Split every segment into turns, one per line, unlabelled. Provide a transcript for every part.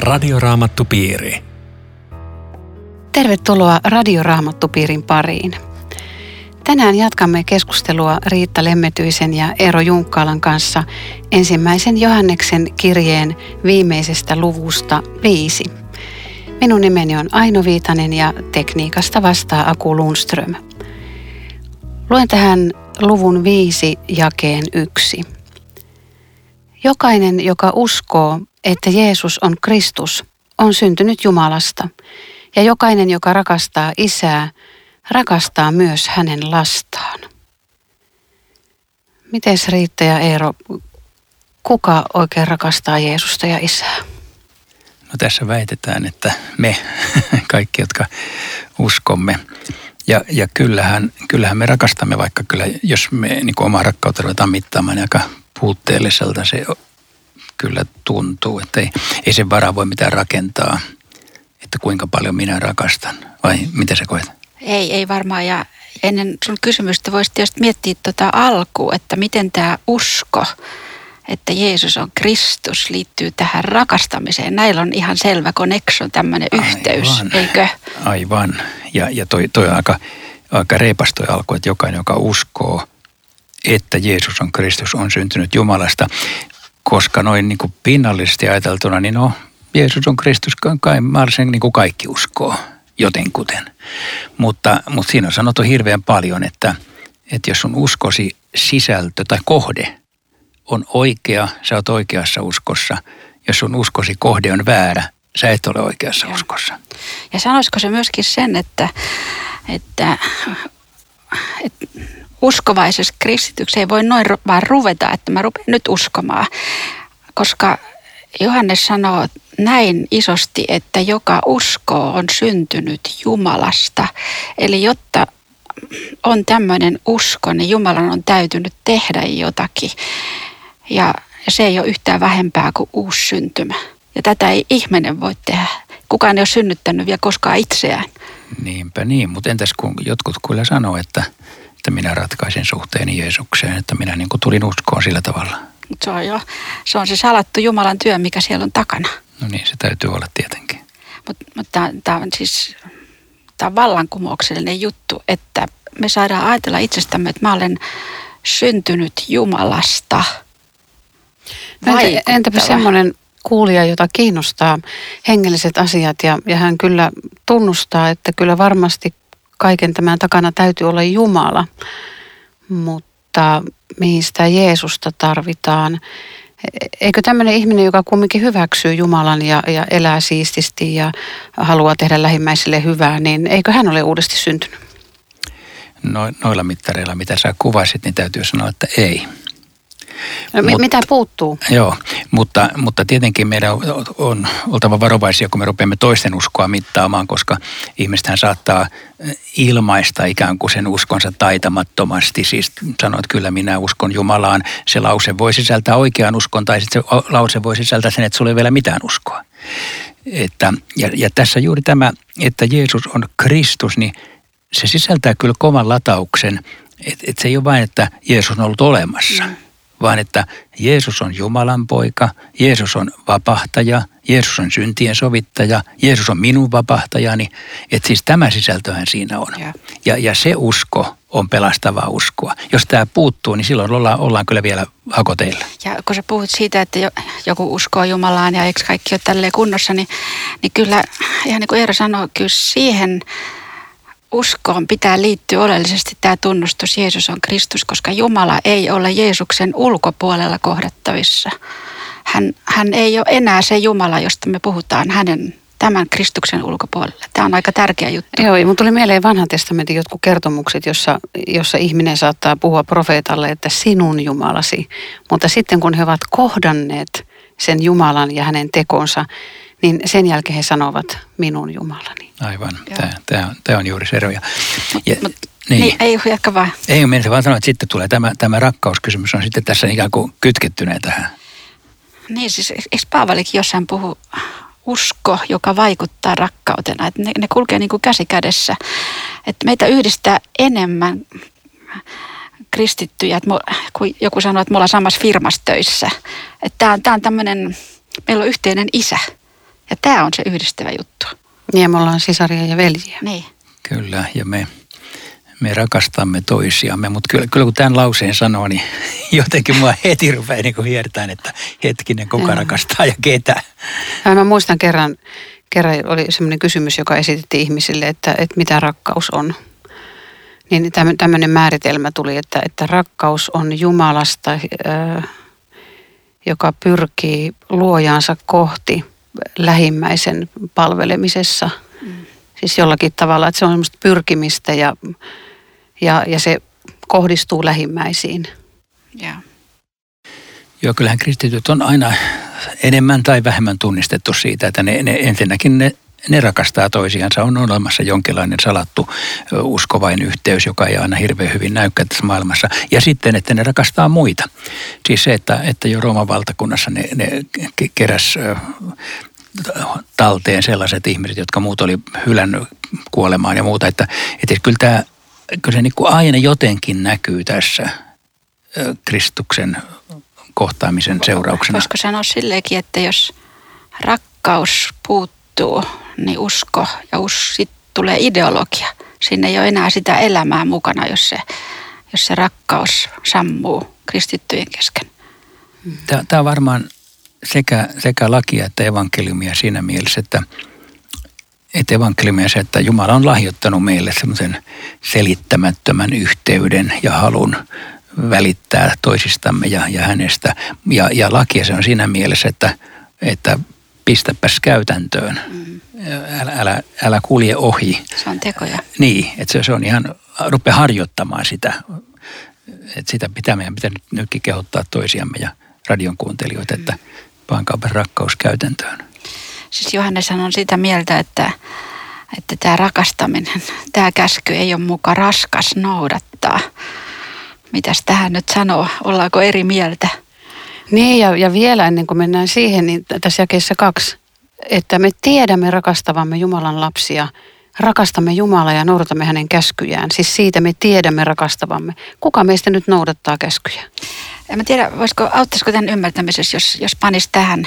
Radioraamattupiiri.
Tervetuloa Radioraamattupiirin pariin. Tänään jatkamme keskustelua Riitta Lemmetyisen ja Eero Junkkaalan kanssa ensimmäisen Johanneksen kirjeen viimeisestä luvusta 5. Minun nimeni on Aino Viitanen ja tekniikasta vastaa Aku Lundström. Luen tähän luvun 5 jakeen 1. Jokainen, joka uskoo, että Jeesus on Kristus, on syntynyt Jumalasta, ja jokainen, joka rakastaa Isää, rakastaa myös hänen lastaan. Mites Riitta ja Eero, kuka oikein rakastaa Jeesusta ja Isää?
No tässä väitetään, että me, kaikki jotka uskomme. Ja kyllähän me rakastamme, vaikka kyllä jos me niin omaa rakkautta ruvetaan mittaamaan, niin aika puutteelliselta se kyllä tuntuu. Että ei sen varaa voi mitään rakentaa, että kuinka paljon minä rakastan. Vai miten sä koet?
Ei varmaan. Ja ennen sun kysymystä voisi tietysti miettiä alkuun, että miten tämä usko, että Jeesus on Kristus, liittyy tähän rakastamiseen. Näillä on ihan selvä connection, tämmöinen yhteys, eikö?
Aivan. Ja toi on aika reipas toi alku, että jokainen, joka uskoo, että Jeesus on Kristus, on syntynyt Jumalasta. Koska noin niin kuin pinnallisesti ajateltuna, niin Jeesus on Kristus, kai sen niin kuin kaikki uskoo jotenkuten. Mutta siinä on sanottu hirveän paljon, että jos sun uskosi sisältö tai kohde on oikea, sä oot oikeassa uskossa. Jos sun uskosi kohde on väärä, sä et ole oikeassa uskossa.
Ja sanoisiko se myöskin sen, että uskovaisessa kristityksessä ei voi noin vaan ruveta, että mä rupean nyt uskomaan. Koska Johannes sanoo näin isosti, että joka uskoo on syntynyt Jumalasta. Eli jotta on tämmöinen usko, niin Jumalan on täytynyt tehdä jotakin. Ja se ei ole yhtään vähempää kuin uusi syntymä. Ja tätä ei ihminen voi tehdä. Kukaan ei ole synnyttänyt vielä koskaan itseään.
Niinpä niin, mutta entäs kun jotkut kyllä sanoo, että minä ratkaisin suhteeni Jeesukseen, että minä niin kuin tulin uskoon sillä tavalla.
Se on se salattu Jumalan työ, mikä siellä on takana.
No niin, se täytyy olla tietenkin.
Mutta tämä on vallankumouksellinen juttu, että me saadaan ajatella itsestämme, että mä olen syntynyt Jumalasta.
Entäpä semmoinen kuulija, jota kiinnostaa hengelliset asiat ja hän kyllä tunnustaa, että kyllä varmasti kaiken tämän takana täytyy olla Jumala, mutta mihin sitä Jeesusta tarvitaan? Eikö tämmöinen ihminen, joka kumminkin hyväksyy Jumalan ja elää siististi ja haluaa tehdä lähimmäisille hyvää, niin eikö hän ole uudesti syntynyt?
Noilla mittareilla, mitä sä kuvasit, niin täytyy sanoa, että ei.
No, mitä puuttuu?
Joo, mutta tietenkin meidän on oltava varovaisia, kun me rupeamme toisten uskoa mittaamaan, koska ihmistähän saattaa ilmaista ikään kuin sen uskonsa taitamattomasti. Siis sanoa, että kyllä minä uskon Jumalaan. Se lause voi sisältää oikean uskon tai sitten se lause voi sisältää sen, että sulla ei vielä mitään uskoa. Ja tässä juuri tämä, että Jeesus on Kristus, niin se sisältää kyllä kovan latauksen, että se ei ole vain, että Jeesus on ollut olemassa. Vaan että Jeesus on Jumalan poika, Jeesus on vapahtaja, Jeesus on syntien sovittaja, Jeesus on minun vapahtajani. Että siis tämä sisältöhän siinä on. Ja se usko on pelastavaa uskoa. Jos tämä puuttuu, niin silloin ollaan kyllä vielä hakoteilla.
Ja kun sä puhut siitä, että joku uskoo Jumalaan ja eikö kaikki ole tälleen kunnossa, niin kyllä, ihan niin kuin Eero sanoi, kyllä siihen uskoon pitää liittyä oleellisesti tämä tunnustus, Jeesus on Kristus, koska Jumala ei ole Jeesuksen ulkopuolella kohdattavissa. Hän ei ole enää se Jumala, josta me puhutaan tämän Kristuksen ulkopuolella. Tämä on aika tärkeä juttu.
Joo, mun tuli mieleen Vanhan testamentin jotkut kertomukset, jossa ihminen saattaa puhua profeetalle, että sinun Jumalasi. Mutta sitten kun he ovat kohdanneet sen Jumalan ja hänen tekonsa, niin sen jälkeen he sanovat minun Jumalani.
Aivan, tämä on juuri se ero.
Niin, ei jatka vaan.
Ei mennä, vaan sanoa, että sitten tulee tämä rakkauskysymys on sitten tässä ikään kuin kytkettyneen tähän.
Niin siis, eikö Paavalikin jossain puhu usko, joka vaikuttaa rakkautena? Että ne kulkee niin kuin käsi kädessä. Että meitä yhdistää enemmän kristittyjä, että kun joku sanoo, että me ollaan samassa firmassa töissä. Että tämä on tämmöinen, meillä on yhteinen isä. Ja tämä on se yhdistävä juttu.
Niin, ja me ollaan sisaria ja veljiä.
Niin.
Kyllä, ja me rakastamme toisiamme, mutta kyllä kun tämän lauseen sanoo, niin jotenkin mua heti rupeaa niin kuin hiertämään, että hetkinen, kuka rakastaa ja ketä.
Mä muistan kerran oli semmoinen kysymys, joka esitettiin ihmisille, että mitä rakkaus on. Niin tämmöinen määritelmä tuli, että rakkaus on Jumalasta, joka pyrkii luojaansa kohti lähimmäisen palvelemisessa. Siis jollakin tavalla, että se on semmoista pyrkimistä ja se kohdistuu lähimmäisiin.
Yeah.
Joo, kyllähän kristityt on aina enemmän tai vähemmän tunnistettu siitä, että ensinnäkin ne rakastaa toisiansa. On olemassa jonkinlainen salattu uskovain yhteys, joka ei aina hirveän hyvin näykää tässä maailmassa. Ja sitten, että ne rakastaa muita. Siis se, että jo Rooman valtakunnassa ne keräs talteen sellaiset ihmiset, jotka muut oli hylännyt kuolemaan ja muuta. Että kyllä se niin kuin aina jotenkin näkyy tässä Kristuksen kohtaamisen seurauksena.
Voisiko sanoa silleenkin, että jos rakkaus puuttuu, niin usko ja sitten tulee ideologia. Siinä ei ole enää sitä elämää mukana, jos se rakkaus sammuu kristittyjen kesken.
Tämä on varmaan sekä lakia että evankeliumia siinä mielessä, että evankeliumia se, että Jumala on lahjoittanut meille semmoisen selittämättömän yhteyden ja halun välittää toisistamme ja hänestä. Ja lakia se on siinä mielessä, että pistäpäs käytäntöön. Älä kulje ohi.
Se on tekoja.
Niin, että se on ihan, rupea harjoittamaan sitä. Että sitä meidän pitää nytkin kehottaa toisiamme ja radion kuuntelijoita, että pankaapas rakkaus käytäntöön.
Siis Johannes on sitä mieltä, että tämä rakastaminen, tämä käsky ei ole muka raskas noudattaa. Mitäs tähän nyt sanoo? Ollaanko eri mieltä?
Niin, ja vielä ennen kuin mennään siihen, niin tässä jakeessa 2, että me tiedämme rakastavamme Jumalan lapsia, rakastamme Jumalaa ja noudatamme hänen käskyjään. Siis siitä me tiedämme rakastavamme. Kuka meistä nyt noudattaa käskyjä?
En mä tiedä, auttaisiko tämän ymmärtämisessä, jos panisi tähän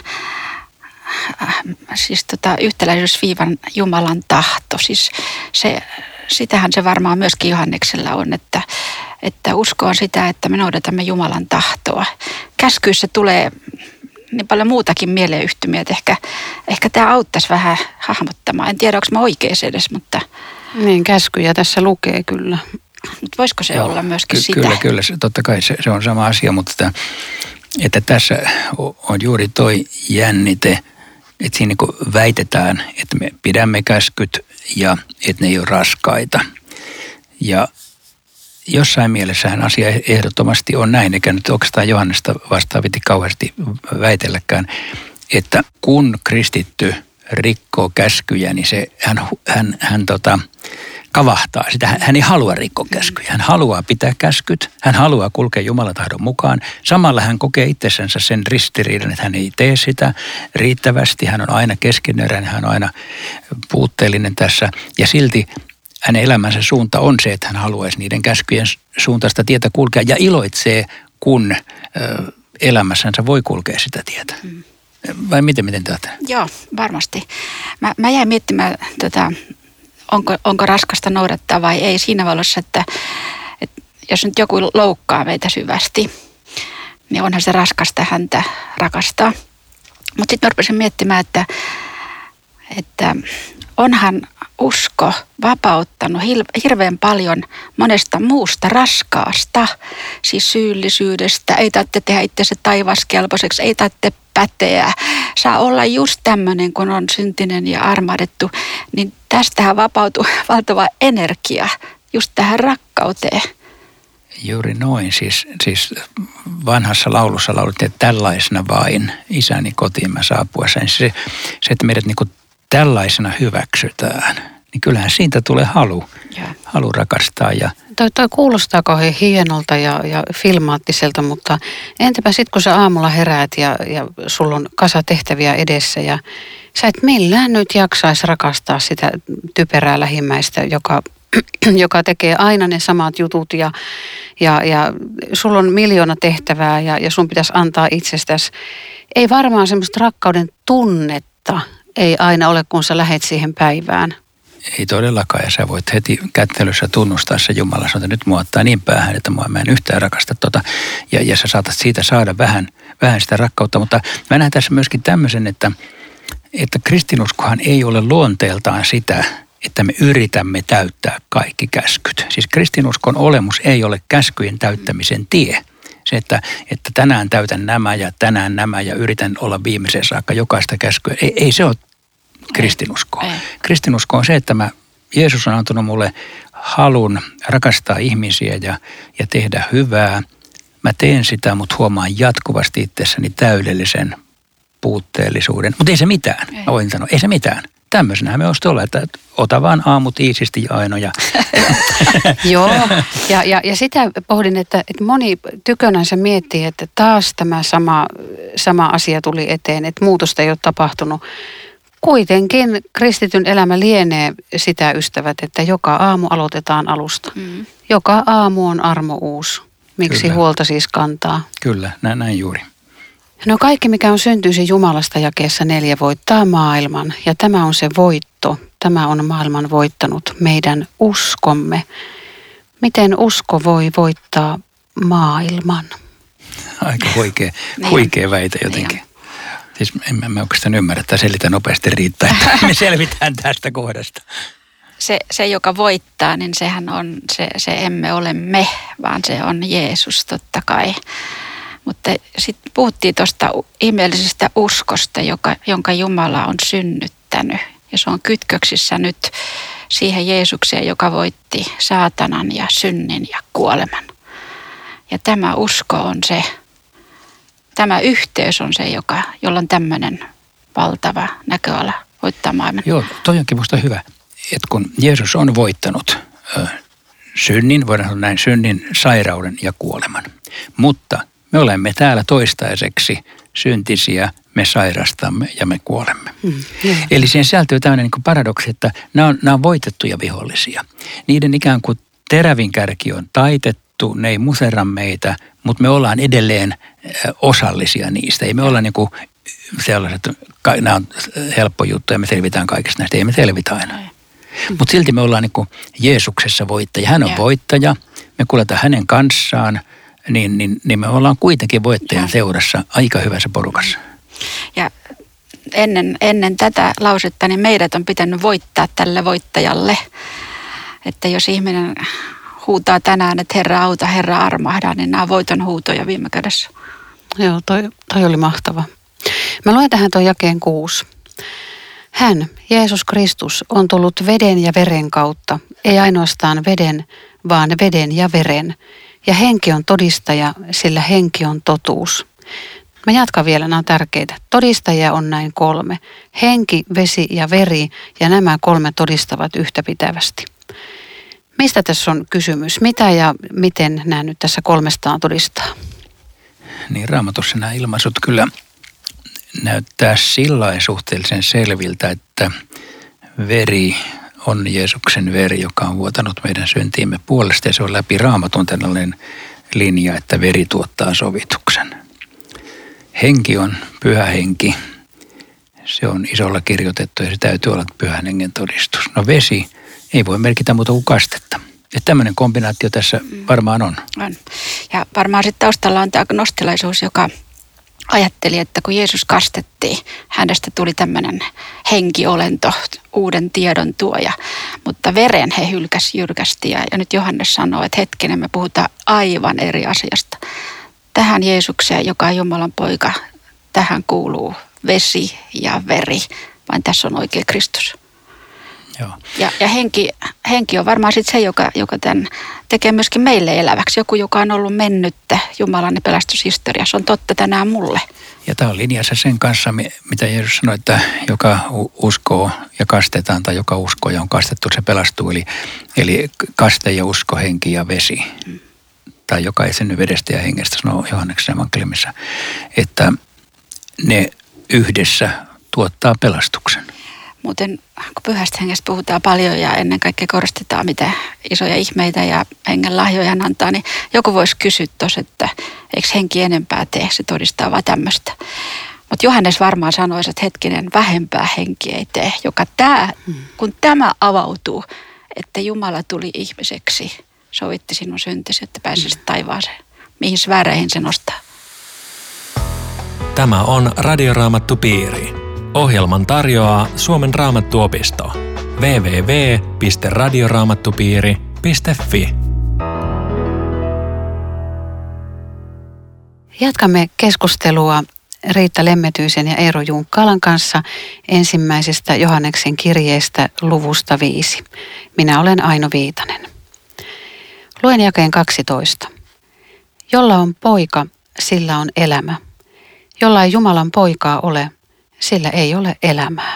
yhtäläisyysviivan Jumalan tahto. Siis sitähän se varmaan myöskin Johanneksella on, että usko on sitä, että me noudatamme Jumalan tahtoa. Käskyissä tulee niin paljon muutakin mieleyhtymiä, että ehkä tämä auttaisi vähän hahmottamaan. En tiedä, onko mä oikeassa edes, mutta...
Niin, käskyjä tässä lukee kyllä.
Mutta voisiko se olla myöskin sitä?
Kyllä, totta kai se on sama asia, mutta että tässä on juuri toi jännite, että siinä niin väitetään, että me pidämme käskyt ja että ne ei ole raskaita. Ja jossain mielessähän asia ehdottomasti on näin, eikä nyt oikeastaan Johannesta vastaan piti kauheasti väitelläkään, että kun kristitty rikkoo käskyjä, niin hän kavahtaa sitä. Hän ei halua rikkoa käskyjä. Hän haluaa pitää käskyt. Hän haluaa kulkea Jumalan tahdon mukaan. Samalla hän kokee itsensä sen ristiriidan, että hän ei tee sitä riittävästi. Hän on aina keskeneräinen, hän on aina puutteellinen tässä. Ja silti hänen elämänsä suunta on se, että hän haluaisi niiden käskyjen suuntaista tietä kulkea ja iloitsee, kun elämässänsä voi kulkea sitä tietä. Vai miten te olette?
Joo, varmasti. Mä jäin miettimään onko raskasta noudattaa vai ei siinä valossa, että jos nyt joku loukkaa meitä syvästi, niin onhan se raskasta häntä rakastaa. Mutta sitten mä rupesin miettimään, että onhan usko vapauttanut hirveän paljon monesta muusta raskaasta, siis syyllisyydestä. Ei tarvitse tehdä itsensä taivaskelpoiseksi, ei tarvitse päteä. Saa olla just tämmöinen, kun on syntinen ja armahdettu. Niin tästähän vapautuu valtava energia just tähän rakkauteen.
Juuri noin. Siis vanhassa laulussa laulettiin, että tällaisena vain isäni kotiin mä saapuessa. Se, että meidät niin kuin tällaisena hyväksytään, niin kyllähän siitä tulee halu rakastaa. Ja
Toi kuulostaa kauhean hienolta ja filmaattiselta, mutta entäpä sitten kun sä aamulla heräät ja sulla on kasa tehtäviä edessä ja sä et millään nyt jaksaisi rakastaa sitä typerää lähimmäistä, joka tekee aina ne samat jutut ja sulla on 1,000,000 tehtävää ja sun pitäisi antaa itsestäsi. Ei varmaan semmoista rakkauden tunnetta ei aina ole, kun sä lähet siihen päivään.
Ei todellakaan, ja sä voit heti kättelyssä tunnustaa se Jumala, sanoo, että nyt mua ottaa niin päähän, että mä en yhtään rakasta ja sä saatat siitä saada vähän sitä rakkautta, mutta mä näen tässä myöskin tämmöisen, että kristinuskohan ei ole luonteeltaan sitä, että me yritämme täyttää kaikki käskyt. Siis kristinuskon olemus ei ole käskyjen täyttämisen tie. Se, että tänään täytän nämä ja yritän olla viimeiseen saakka jokaista käskyä. Ei se ole kristinuskoa. Kristinusko on se, että Jeesus on antanut mulle halun rakastaa ihmisiä ja tehdä hyvää. Mä teen sitä, mutta huomaan jatkuvasti itsessäni täydellisen puutteellisuuden. Mutta ei se mitään. Mä voin sanoa, ei se mitään. Tämmöisenähän me olisi olla, että ota vaan aamut iisisti Aino.
Joo, ja sitä pohdin, että moni tykönänsä miettii, että taas tämä sama asia tuli eteen, että muutosta ei ole tapahtunut. Kuitenkin kristityn elämä lienee sitä, ystävät, että joka aamu aloitetaan alusta. Joka aamu on armo uusi. Miksi
Kyllä.
huolta siis kantaa?
Kyllä, näin juuri.
No kaikki, mikä on syntyisi Jumalasta, jakeessa 4, voittaa maailman. Ja tämä on se voitto. Tämä on maailman voittanut meidän uskomme. Miten usko voi voittaa maailman?
Aika huikea väite jotenkin. Siis en mä oikeastaan ymmärrä, että selitä nopeasti riittää, että me selvitään tästä kohdasta.
Se, joka voittaa, niin sehän on, se emme ole me, vaan se on Jeesus totta kai. Mutta sitten puhuttiin tuosta ihmeellisestä uskosta, jonka Jumala on synnyttänyt. Ja se on kytköksissä nyt siihen Jeesukseen, joka voitti saatanan ja synnin ja kuoleman. Ja tämä usko on se, tämä yhteys on se, jolla on tämmöinen valtava näköala voittaa maailman.
Joo, toi onkin musta hyvä, että kun Jeesus on voittanut synnin, voidaan sanoa näin, synnin, sairauden ja kuoleman. Mutta me olemme täällä toistaiseksi syntisiä, me sairastamme ja me kuolemme. Eli siihen sisältyy tämmöinen niin kuin paradoksi, että nämä on voitettuja vihollisia. Niiden ikään kuin terävin kärki on taitettu, ne ei musera meitä, mutta me ollaan edelleen osallisia niistä. Ei me olla niin kuin sellaiset, että nämä on helppo juttu ja me selvitään kaikista näistä. Ei me selvitä aina. Mutta silti me ollaan niin kuin Jeesuksessa voittaja. Hän on voittaja, me kuljetaan hänen kanssaan. Niin me ollaan kuitenkin voittajan seurassa aika hyvässä porukassa.
Ja ennen tätä lausetta, niin meidät on pitänyt voittaa tälle voittajalle. Että jos ihminen huutaa tänään, että Herra auta, Herra armahda, niin nämä on voiton huutoja viime kädessä.
Joo, toi oli mahtava. Mä luen tähän tuon jakeen 6. Hän, Jeesus Kristus, on tullut veden ja veren kautta, ei ainoastaan veden, vaan veden ja veren. Ja henki on todistaja, sillä henki on totuus. Mä jatkan vielä, nämä on tärkeitä. Todistajia on näin 3. Henki, vesi ja veri, ja nämä 3 todistavat yhtäpitävästi. Mistä tässä on kysymys? Mitä ja miten nämä nyt tässä 3 todistaa?
Niin Raamatussa nämä ilmaisut kyllä näyttää sillain suhteellisen selviltä, että veri on Jeesuksen veri, joka on vuotanut meidän syntiimme puolesta, ja se on läpi Raamatun tällainen linja, että veri tuottaa sovituksen. Henki on pyhä henki. Se on isolla kirjoitettu ja se täytyy olla pyhän hengen todistus. No vesi ei voi merkitä muuta kuin kastetta. Että tämmöinen kombinaatio tässä varmaan on.
On. Ja varmaan sitten taustalla on tämä gnostilaisuus, joka ajatteli, että kun Jeesus kastettiin, hänestä tuli tämmöinen henkiolento, uuden tiedon tuoja. Mutta veren he hylkäsi jyrkästi ja nyt Johannes sanoo, että hetkinen, me puhutaan aivan eri asiasta. Tähän Jeesukseen, joka on Jumalan poika, tähän kuuluu vesi ja veri, vain tässä on oikea Kristus.
Joo.
Ja henki on varmaan sitten se, joka tämän tekee myöskin meille eläväksi. Joku, joka on ollut mennyttä Jumalan pelastushistoriassa, on totta tänään mulle.
Ja tämä on linjassa sen kanssa, mitä Jeesus sanoi, että joka uskoo ja kastetaan, tai joka uskoo ja on kastettu, se pelastuu. Eli kaste ja usko, henki ja vesi. Tai joka ei sen vedestä ja hengestä, sanoo Johanneksen evankeliumissa, että ne yhdessä tuottaa pelastuksen.
Muuten kun pyhästä hengestä puhutaan paljon ja ennen kaikkea korostetaan, mitä isoja ihmeitä ja hengen lahjoja antaa, niin joku voisi kysyä tuossa, että eikö henki enempää tee, se todistaa vaan tämmöistä. Mutta Johannes varmaan sanoisi, että hetkinen, vähempää henki ei tee, kun tämä avautuu, että Jumala tuli ihmiseksi, sovitti sinun syntisi, että pääsisit taivaaseen. Mihin sfääreihin se nostaa?
Tämä on Radioraamattupiiri. Ohjelman tarjoaa Suomen Raamattuopisto. www.radioraamattupiiri.fi.
Jatkamme keskustelua Riitta Lemmetyisen ja Eero Junkkalan kanssa ensimmäisestä Johanneksen kirjeestä luvusta 5. Minä olen Aino Viitanen. Luen jakeen 12. Jolla on poika, sillä on elämä. Jolla ei Jumalan poikaa ole, sillä ei ole elämää.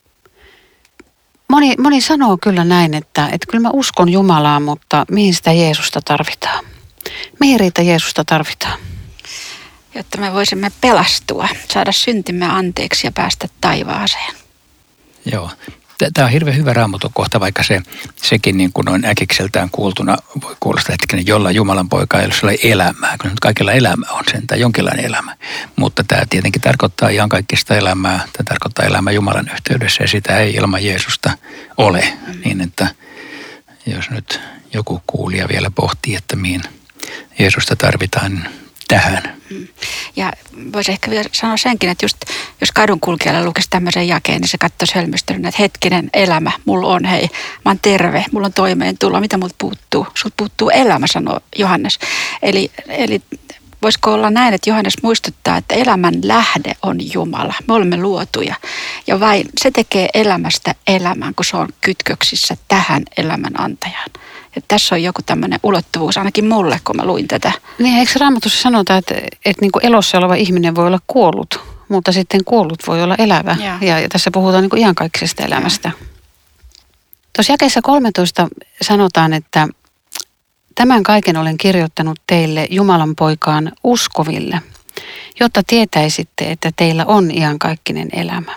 Moni sanoo kyllä näin, että kyllä mä uskon Jumalaa, mutta mihin sitä Jeesusta tarvitaan? Mihin Riitta Jeesusta tarvitaan?
Jotta me voisimme pelastua, saada syntimme anteeksi ja päästä taivaaseen.
Joo. Tämä on hirveän hyvä Raamatun kohta, vaikka sekin niin kuin on äkikseltään kuultuna voi kuulostaa hetkinen, jolla Jumalan poika ei ole elämää. Kyllä nyt kaikilla elämä on sentään jonkinlainen elämä. Mutta tämä tietenkin tarkoittaa iankaikkista elämää. Tämä tarkoittaa elämää Jumalan yhteydessä ja sitä ei ilman Jeesusta ole. Niin että jos nyt joku kuulija vielä pohtii, että mihin Jeesusta tarvitaan, niin tähän.
Ja voisi ehkä vielä sanoa senkin, että just jos kadunkulkijalle lukisi tämmöisen jakeen, niin se katsoisi hölmystyneen, että hetkinen elämä, mulla on hei, mä oon terve, mulla on toimeentulo, mitä multa puuttuu? Sulta puuttuu elämä, sanoo Johannes. Eli voisiko olla näin, että Johannes muistuttaa, että elämän lähde on Jumala. Me olemme luotuja ja vain se tekee elämästä elämän, kun se on kytköksissä tähän elämän antajaan. Ja tässä on joku tämmöinen ulottuvuus, ainakin mulle, kun mä luin tätä.
Niin, eikö Raamatussa sanota, että niin kuin elossa oleva ihminen voi olla kuollut, mutta sitten kuollut voi olla elävä. Ja tässä puhutaan niin kuin iankaikkisesta elämästä. Tuossa jakeessa 13 sanotaan, että tämän kaiken olen kirjoittanut teille Jumalan poikaan uskoville, jotta tietäisitte, että teillä on iankaikkinen elämä.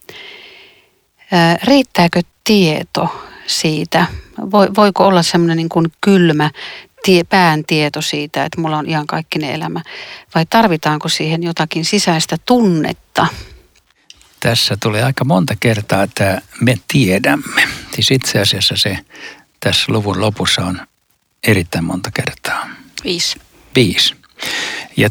Riittääkö tieto siitä? Voiko olla semmoinen niin kuin kylmä pään tieto siitä, että mulla on iankaikkinen elämä? Vai tarvitaanko siihen jotakin sisäistä tunnetta?
Tässä tulee aika monta kertaa, että me tiedämme. Siis itse asiassa se tässä luvun lopussa on erittäin monta kertaa.
5.
Ja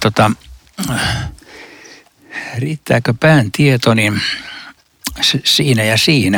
riittääkö pään tieto, niin siinä ja siinä.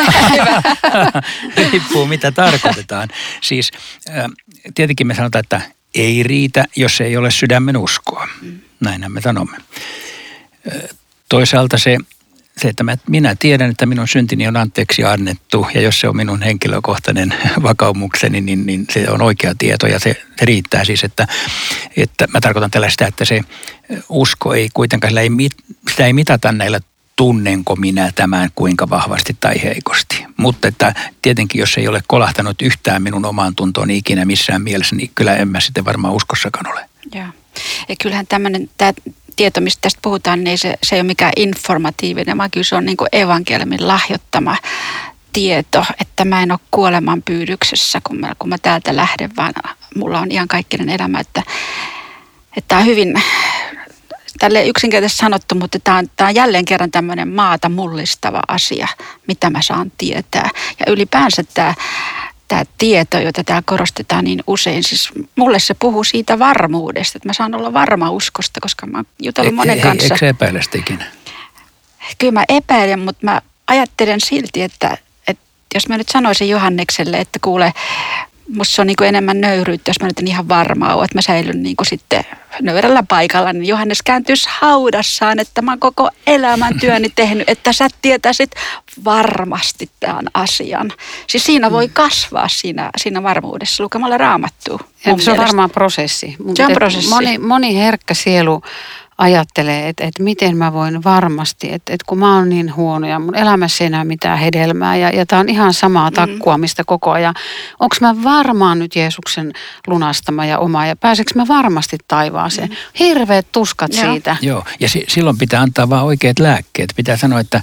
Riippuu mitä tarkoitetaan. Siis tietenkin me sanotaan, että ei riitä, jos ei ole sydämen uskoa. Näinhän me sanomme. Toisaalta se, että minä tiedän, että minun syntini on anteeksi annettu ja jos se on minun henkilökohtainen vakaumukseni, niin se on oikea tieto ja se riittää siis, että mä tarkoitan tällaista, että se usko ei kuitenkaan, sitä ei mitata näillä tunnenko minä tämän kuinka vahvasti tai heikosti. Mutta että tietenkin, jos ei ole kolahtanut yhtään minun omaan tuntooni ikinä missään mielessä, niin kyllä en mä sitten varmaan uskossakaan ole.
Joo. Ja kyllähän tämä tieto, mistä tästä puhutaan, niin se ei ole mikään informatiivinen, vaan kyllä se on niin kuin evankeliumin lahjoittama tieto, että mä en ole kuoleman pyydyksessä, kun mä täältä lähden, vaan mulla on iankaikkinen elämä, että tämä on hyvin tälleen yksinkertaisesti sanottu, mutta tämä on jälleen kerran tämmöinen maata mullistava asia, mitä mä saan tietää. Ja ylipäänsä tämä tieto, jota täällä korostetaan niin usein, siis mulle se puhuu siitä varmuudesta, että mä saan olla varma uskosta, koska mä oon jutellut monen kanssa.
Eikö se epäile sitä ikinä?
Kyllä mä epäilen, mutta mä ajattelen silti, että jos mä nyt sanoisin Johannekselle, että kuule, musta se on niin kuin enemmän nöyryyttä, jos mä nyt en ihan varma ole, että mä säilyn niin kuin sitten nöyrällä paikalla, niin Johannes kääntyisi haudassaan, että mä oon koko elämäntyöni tehnyt, että sä tietäisit varmasti tämän asian. Siis siinä voi kasvaa siinä varmuudessa lukemalla Raamattua.
Se on varmaan prosessi.
Se on prosessi.
Moni herkkä sielu ajattelee, että miten mä voin varmasti, että kun mä oon niin huono ja mun elämässä ei enää mitään hedelmää ja tää on ihan samaa takkuamista koko ajan. Onko mä varmaan nyt Jeesuksen lunastama ja oma ja pääseekö mä varmasti taivaaseen? Hirveät tuskat siitä.
Joo, ja silloin pitää antaa vaan oikeat lääkkeet. Pitää sanoa, että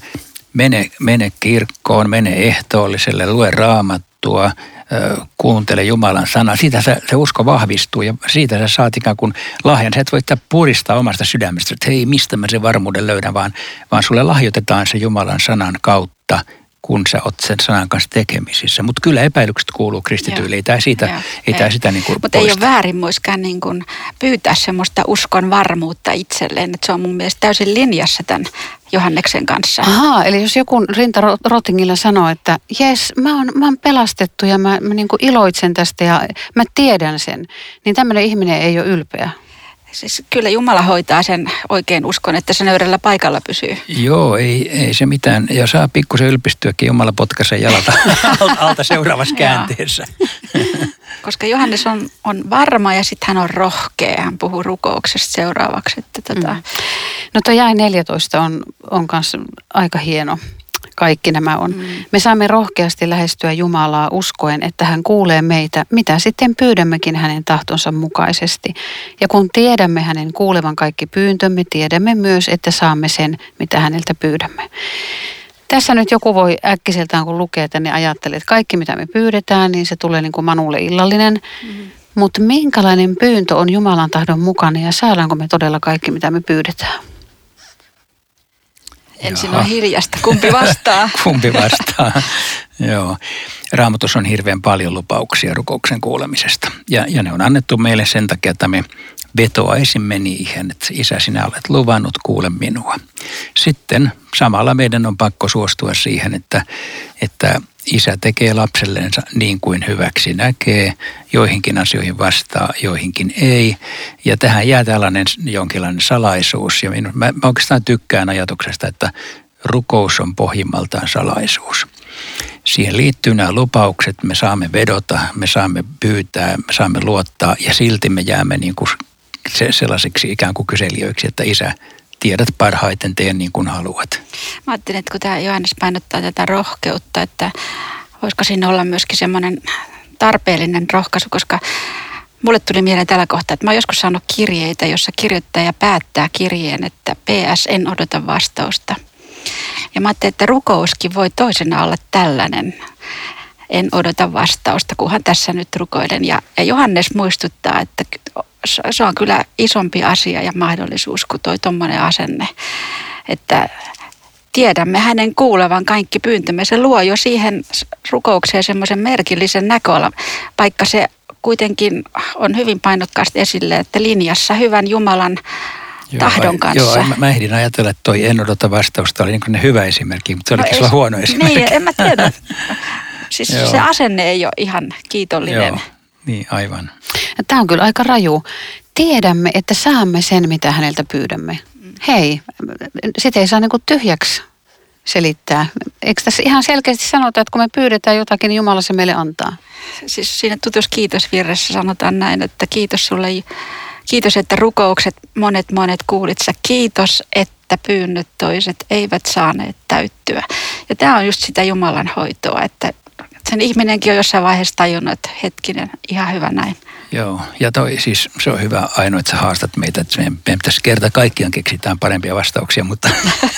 mene kirkkoon, mene ehtoolliselle, lue Raamattua, kuuntele Jumalan sanaa. Siitä se usko vahvistuu ja siitä sä saat ikään kuin lahjan. Sä et voi puristaa omasta sydämestä, että hei, mistä mä sen varmuuden löydän, vaan sulle lahjoitetaan se Jumalan sanan kautta, kun sä oot sen sanan kanssa tekemisissä. Mutta kyllä epäilykset kuuluu kristityille. Ei tämä sitä niin kuin
Mutta ei ole väärin myöskään niin kuin pyytää semmoista uskon varmuutta itselleen. Että se on mun mielestä täysin linjassa tämän Johanneksen kanssa.
Ahaa, eli jos joku Rinta Rottingilla sanoo, että jes, mä oon pelastettu ja mä niin kuin iloitsen tästä ja mä tiedän sen, niin tämmöinen ihminen ei ole ylpeä.
Siis kyllä Jumala hoitaa sen oikein uskon, että se nöyrällä paikalla pysyy.
Joo, ei se mitään. Ja saa pikkusen ylpistyäkin, Jumala potkaisen jalalta alta seuraavassa käänteessä.
Koska Johannes on varma ja sitten hän on rohkea. Hän puhuu rukouksesta seuraavaksi. No tuo jae 14 on kanssa aika hieno. Kaikki nämä on. Me saamme rohkeasti lähestyä Jumalaa uskoen, että hän kuulee meitä, mitä sitten pyydämmekin hänen tahtonsa mukaisesti. Ja kun tiedämme hänen kuulevan kaikki pyyntömme, tiedämme myös, että saamme sen, mitä häneltä pyydämme. Tässä nyt joku voi äkkiseltään, kun lukee tänne, ajattelee, että kaikki mitä me pyydetään, niin se tulee niin kuin Manulle illallinen. Mutta minkälainen pyyntö on Jumalan tahdon mukana ja saadaanko me todella kaikki, mitä me pyydetään?
Ensin on hiljasta. Kumpi vastaa?
Kumpi vastaa, joo. Raamatussa on hirveän paljon lupauksia rukouksen kuulemisesta. Ja ne on annettu meille sen takia, että me vetoaisimme niihin, että Isä, sinä olet luvannut, kuule minua. Sitten samalla meidän on pakko suostua siihen, että Isä tekee lapsellensa niin kuin hyväksi näkee, joihinkin asioihin vastaa, joihinkin ei. Ja tähän jää tällainen jonkinlainen salaisuus. Ja mä oikeastaan tykkään ajatuksesta, että rukous on pohjimmaltaan salaisuus. Siihen liittyy nämä lupaukset, me saamme vedota, me saamme pyytää, me saamme luottaa ja silti me jäämme niin kuin sellaisiksi ikään kuin kyselijöiksi, että Isä, tiedät parhaiten, tee niin kuin haluat.
Mä ajattelin, että kun tämä Johannes painottaa tätä rohkeutta, että voisiko siinä olla myöskin semmoinen tarpeellinen rohkaisu, koska mulle tuli mieleen tällä kohtaa, että mä oon joskus saanut kirjeitä, jossa kirjoittaja päättää kirjeen, että PS, en odota vastausta. Ja mä ajattelin, että rukouskin voi toisena olla tällainen, en odota vastausta, kunhan tässä nyt rukoilen. Ja Johannes muistuttaa, että se on kyllä isompi asia ja mahdollisuus kuin toi tommoinen asenne, että tiedämme hänen kuulevan kaikki pyyntömme. Se luo jo siihen rukoukseen semmoisen merkillisen näköalan, vaikka se kuitenkin on hyvin painokkaasti esille, että linjassa hyvän Jumalan tahdon kanssa.
Joo, mä ehdin ajatella, että toi en odota vastausta oli niin kuin hyvä esimerkki, mutta se olikin sulla huono esimerkki.
Niin, en mä tiedä. Siis se asenne ei ole ihan kiitollinen.
Joo, niin aivan.
Tämä on kyllä aika raju. Tiedämme, että saamme sen, mitä häneltä pyydämme. Hei, sitä ei saa niin kuin tyhjäksi selittää. Eikö tässä ihan selkeästi sanota, että kun me pyydetään jotakin, niin Jumala se meille antaa?
Siis siinä Tutus kiitosvirressä sanotaan näin, että kiitos sulle, kiitos, että rukoukset monet kuulit sä. Kiitos, että pyynnöt toiset eivät saaneet täyttyä. Ja tämä on just sitä Jumalan hoitoa, että sen ihminenkin on jossain vaiheessa tajunnut, että hetkinen, ihan hyvä näin.
Joo, ja siis se on hyvä ainoa, että sä haastat meitä, että meidän pitäisi kerta kaikkiaan keksitään parempia vastauksia, mutta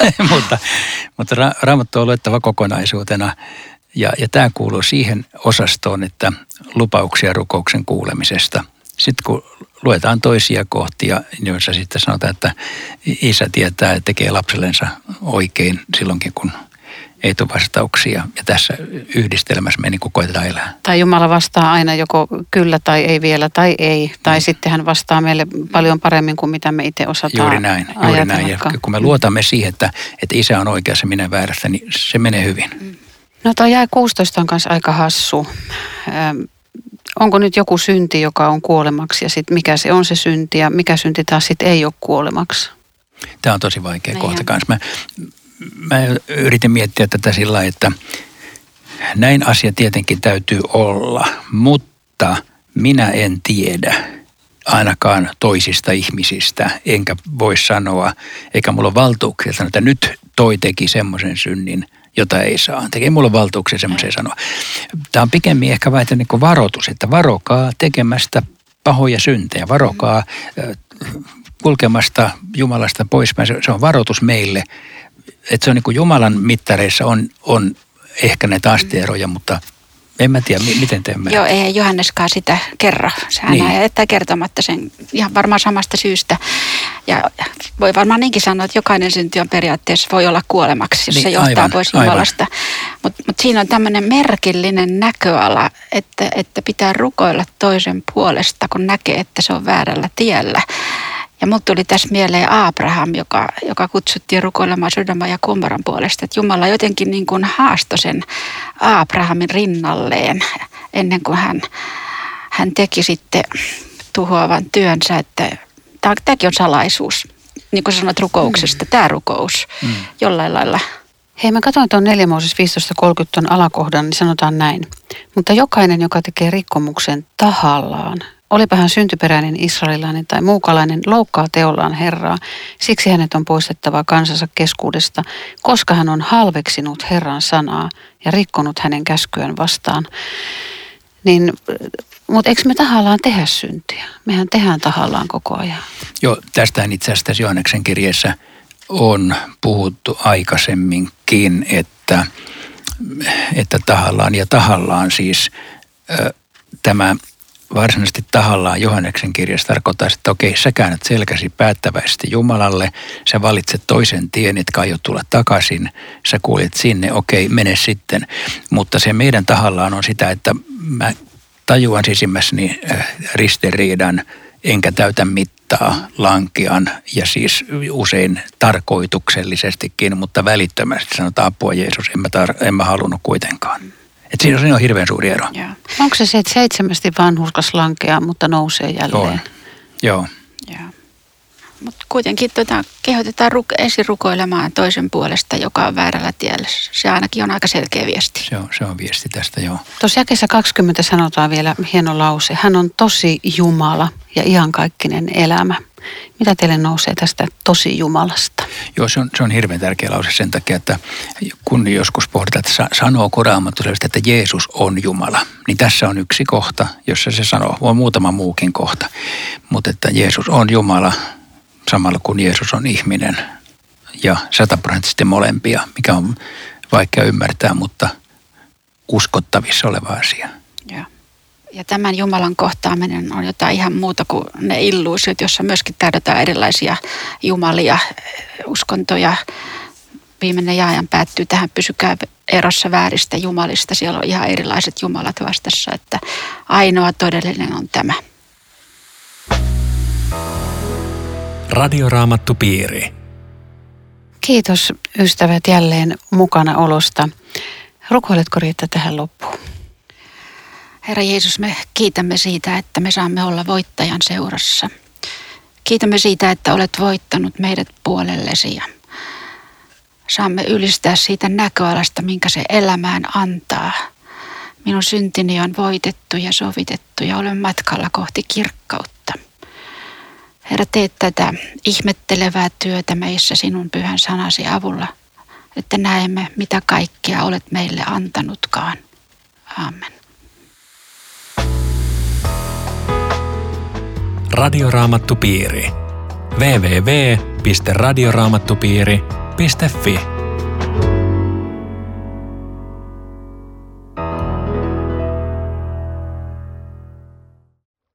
Raamattu on luettava kokonaisuutena. Ja tämä kuuluu siihen osastoon, että lupauksia rukouksen kuulemisesta. Sitten kun luetaan toisia kohtia, joissa sitten sanotaan, että Isä tietää ja tekee lapsellensa oikein silloinkin, kun ei tule vastauksia. Ja tässä yhdistelmässä me niin kuin koetetaan elää.
Tai Jumala vastaa aina joko kyllä tai ei vielä tai ei. Tai sitten hän vastaa meille paljon paremmin kuin mitä me itse osataan
Juuri näin. Ja kun me luotamme siihen, että Isä on oikeassa, minä väärässä, niin se menee hyvin.
No tuo jae 16 on kanssa aika hassu. Onko nyt joku synti, joka on kuolemaksi ja sitten mikä se on se synti ja mikä synti taas sitten ei ole kuolemaksi?
Tämä on tosi vaikea kohta kanssa. Mä yritin miettiä tätä sillä lailla, että näin asia tietenkin täytyy olla, mutta minä en tiedä ainakaan toisista ihmisistä, enkä voi sanoa, eikä mulla ole valtuuksia sanoa, että nyt toi teki semmoisen synnin, jota ei saa. Ei mulla ole valtuuksia semmoisen sanoa. Tämä on pikemmin ehkä vähän niin kuin varoitus, että varokaa tekemästä pahoja syntejä, varokaa kulkemasta Jumalasta poispäin. Se on varoitus meille että se on niin kuin Jumalan mittareissa on ehkä näitä asteeroja, mutta en mä tiedä, miten te ymmärrät.
Joo, ei Johanneskaan sitä kerro. Sehän jättää kertomatta sen ihan varmaan samasta syystä. Ja voi varmaan niinkin sanoa, että jokainen synti on periaatteessa voi olla kuolemaksi, jos se johtaa pois Jumalasta. Mutta siinä on tämmöinen merkillinen näköala, että pitää rukoilla toisen puolesta, kun näkee, että se on väärällä tiellä. Ja mut tuli tässä mieleen Abraham, joka kutsuttiin rukoilemaan Sodoman ja Gomoran puolesta. Että Jumala jotenkin niin kuin haastoi sen Abrahamin rinnalleen ennen kuin hän teki sitten tuhoavan työnsä. Että tämäkin on salaisuus, niin kuin sanot rukouksesta, tämä rukous jollain lailla.
Hei, mä katsoin tuon 4 Mooses 15.30 tuon alakohdan, niin sanotaan näin. Mutta jokainen, joka tekee rikkomuksen tahallaan, olipa hän syntyperäinen israelilainen tai muukalainen, loukkaa teollaan Herraa. Siksi hänet on poistettava kansansa keskuudesta, koska hän on halveksinut Herran sanaa ja rikkonut hänen käskyään vastaan. Mutta eikö me tahallaan tehdä syntiä? Mehän tehdään tahallaan koko ajan.
Joo, tästähän itse asiassa Johanneksen kirjeessä on puhuttu aikaisemminkin, että tahallaan siis tämä varsinaisesti tahallaan Johanneksen kirjassa tarkoittaa, että okei, sä käännät selkäsi päättäväisesti Jumalalle, sä valitset toisen tien, etkä aio tulla takaisin, sä kuljet sinne, okei, mene sitten. Mutta se meidän tahallaan on sitä, että mä tajuan sisimmässäni ristiriidan, enkä täytä mittaa, lankean ja siis usein tarkoituksellisestikin, mutta välittömästi sanotaan apua Jeesus, en mä halunnut kuitenkaan. Että siinä on hirveän suuri ero.
Joo. Onko se että 7 vanhurskas lankeaa, mutta nousee jälleen?
On. Joo.
Mutta kuitenkin kehotetaan ensin rukoilemaan toisen puolesta, joka on väärällä tiellä. Se ainakin on aika selkeä viesti.
Se on viesti tästä, joo.
Tuossa jakeessa 20 sanotaan vielä hieno lause. Hän on tosi Jumala ja iankaikkinen elämä. Mitä teille nousee tästä tosi Jumalasta?
Joo, se on hirveän tärkeä lause sen takia, että kun joskus pohditaan, että sanooko Raamattu sellaista, että Jeesus on Jumala, niin tässä on yksi kohta, jossa se sanoo. On muutama muukin kohta, mutta että Jeesus on Jumala samalla kun Jeesus on ihminen ja 100% molempia, mikä on vaikea ymmärtää, mutta uskottavissa oleva asia.
Joo. Ja tämän Jumalan kohtaaminen on jotain ihan muuta kuin ne illuusiot, jossa myöskin täydetään erilaisia jumalia, uskontoja. Viimeinen jaajan päättyy tähän, pysykää erossa vääristä jumalista. Siellä on ihan erilaiset jumalat vastassa, että ainoa todellinen on tämä.
Radioraamattupiiri.
Kiitos ystävät jälleen mukana olosta. Rukoiletko Riitta tähän loppuun?
Herra Jeesus, me kiitämme siitä, että me saamme olla voittajan seurassa. Kiitämme siitä, että olet voittanut meidät puolellesi ja saamme ylistää siitä näköalasta, minkä se elämään antaa. Minun syntini on voitettu ja sovitettu ja olen matkalla kohti kirkkautta. Herra, teet tätä ihmettelevää työtä meissä sinun pyhän sanasi avulla, että näemme, mitä kaikkea olet meille antanutkaan. Aamen.
Radioraamattupiiri. www.radioraamattupiiri.fi